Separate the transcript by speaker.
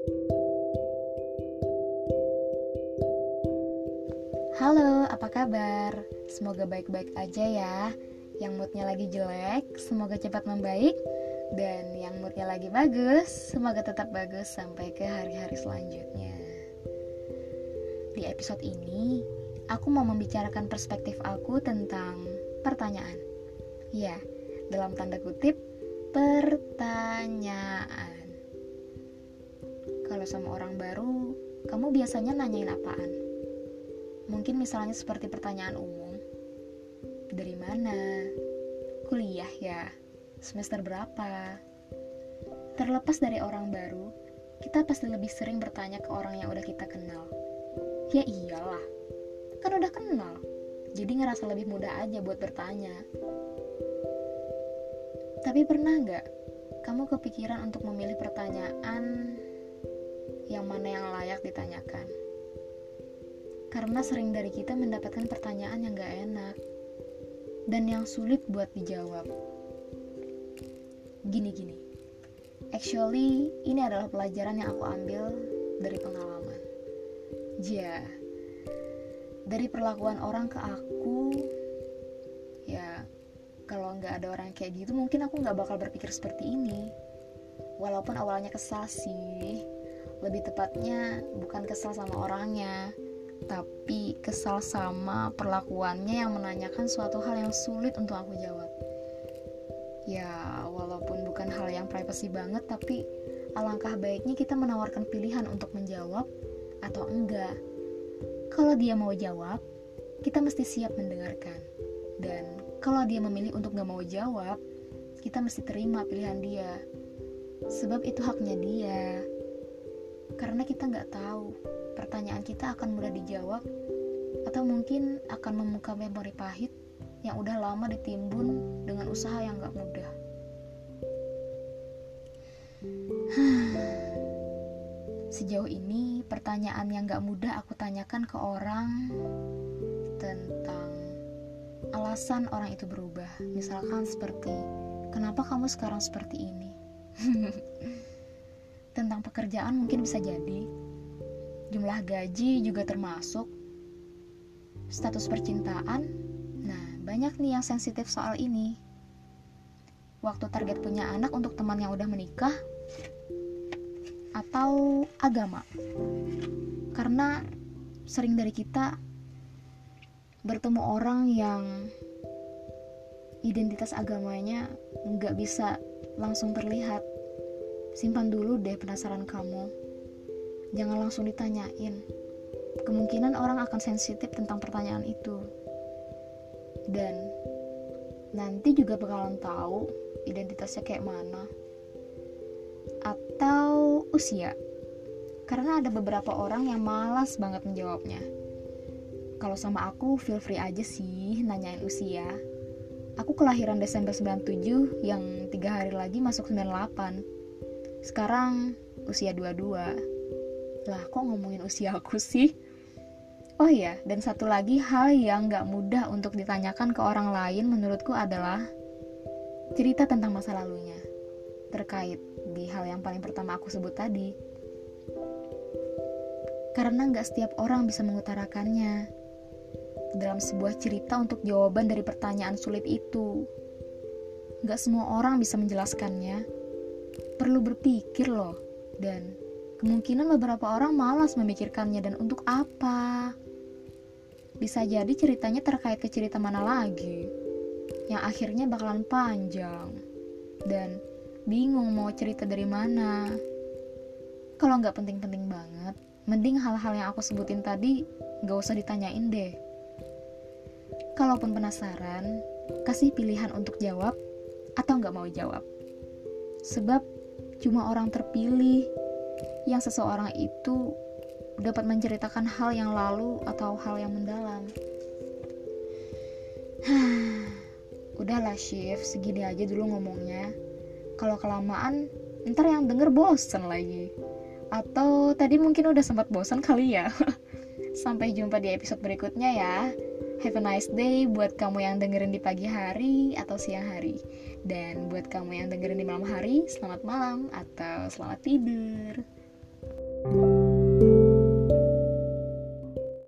Speaker 1: Halo, apa kabar? Semoga baik-baik aja ya. Yang moodnya lagi jelek, semoga cepat membaik. Dan yang moodnya lagi bagus, semoga tetap bagus sampai ke hari-hari selanjutnya. Di episode ini, aku mau membicarakan perspektif aku tentang pertanyaan. Ya, dalam tanda kutip, pertanyaan. Kalau sama orang baru, kamu biasanya nanyain apaan? Mungkin misalnya seperti pertanyaan umum. Dari mana? Kuliah ya? Semester berapa? Terlepas dari orang baru, kita pasti lebih sering bertanya ke orang yang udah kita kenal. Ya iyalah, kan udah kenal. Jadi ngerasa lebih mudah aja buat bertanya. Tapi pernah gak kamu kepikiran untuk memilih pertanyaan yang mana yang layak ditanyakan? Karena sering dari kita mendapatkan pertanyaan yang gak enak dan yang sulit buat dijawab. Gini. Actually, ini adalah pelajaran yang aku ambil dari pengalaman. Dari perlakuan orang ke aku, ya kalau gak ada orang kayak gitu mungkin aku gak bakal berpikir seperti ini. Walaupun awalnya kesal sih, lebih tepatnya bukan kesal sama orangnya, tapi kesal sama perlakuannya yang menanyakan suatu hal yang sulit untuk aku jawab. Ya, walaupun bukan hal yang privacy banget, tapi alangkah baiknya kita menawarkan pilihan untuk menjawab atau enggak. Kalau dia mau jawab, kita mesti siap mendengarkan. Dan kalau dia memilih untuk gak mau jawab, kita mesti terima pilihan dia. Sebab itu haknya dia. Karena kita gak tahu pertanyaan kita akan mudah dijawab atau mungkin akan membuka memori pahit yang udah lama ditimbun dengan usaha yang gak mudah. Sejauh ini pertanyaan yang gak mudah aku tanyakan ke orang tentang alasan orang itu berubah. Misalkan seperti, kenapa kamu sekarang seperti ini? Tentang pekerjaan mungkin bisa jadi, jumlah gaji juga termasuk, status percintaan. Nah, banyak nih yang sensitif soal ini. Waktu target punya anak untuk teman yang udah menikah, atau agama. Karena sering dari kita bertemu orang yang identitas agamanya nggak bisa langsung terlihat. Simpan dulu deh penasaran kamu. Jangan langsung ditanyain. Kemungkinan orang akan sensitif tentang pertanyaan itu. Dan nanti juga bakalan tahu identitasnya kayak mana. Atau usia. Karena ada beberapa orang yang malas banget menjawabnya. Kalau sama aku feel free aja sih nanyain usia. Aku kelahiran Desember 97 yang 3 hari lagi masuk 98. Sekarang usia 22. Lah kok ngomongin usia aku sih? Oh iya, dan satu lagi hal yang gak mudah untuk ditanyakan ke orang lain menurutku adalah cerita tentang masa lalunya. Terkait di hal yang paling pertama aku sebut tadi. Karena gak setiap orang bisa mengutarakannya dalam sebuah cerita untuk jawaban dari pertanyaan sulit itu. Gak semua orang bisa menjelaskannya. Perlu berpikir loh. Dan kemungkinan beberapa orang malas memikirkannya, dan untuk apa? Bisa jadi ceritanya terkait ke cerita mana lagi, yang akhirnya bakalan panjang. Dan bingung mau cerita dari mana. Kalau gak penting-penting banget, mending hal-hal yang aku sebutin tadi gak usah ditanyain deh. Kalaupun penasaran, kasih pilihan untuk jawab atau gak mau jawab. Sebab cuma orang terpilih yang seseorang itu dapat menceritakan hal yang lalu atau hal yang mendalam. Udahlah Shift, segini aja dulu ngomongnya. Kalau kelamaan, ntar yang denger bosen lagi. Atau tadi mungkin udah sempat bosan kali ya. Sampai jumpa di episode berikutnya ya. Have a nice day buat kamu yang dengerin di pagi hari atau siang hari. Dan buat kamu yang dengerin di malam hari, selamat malam atau selamat tidur.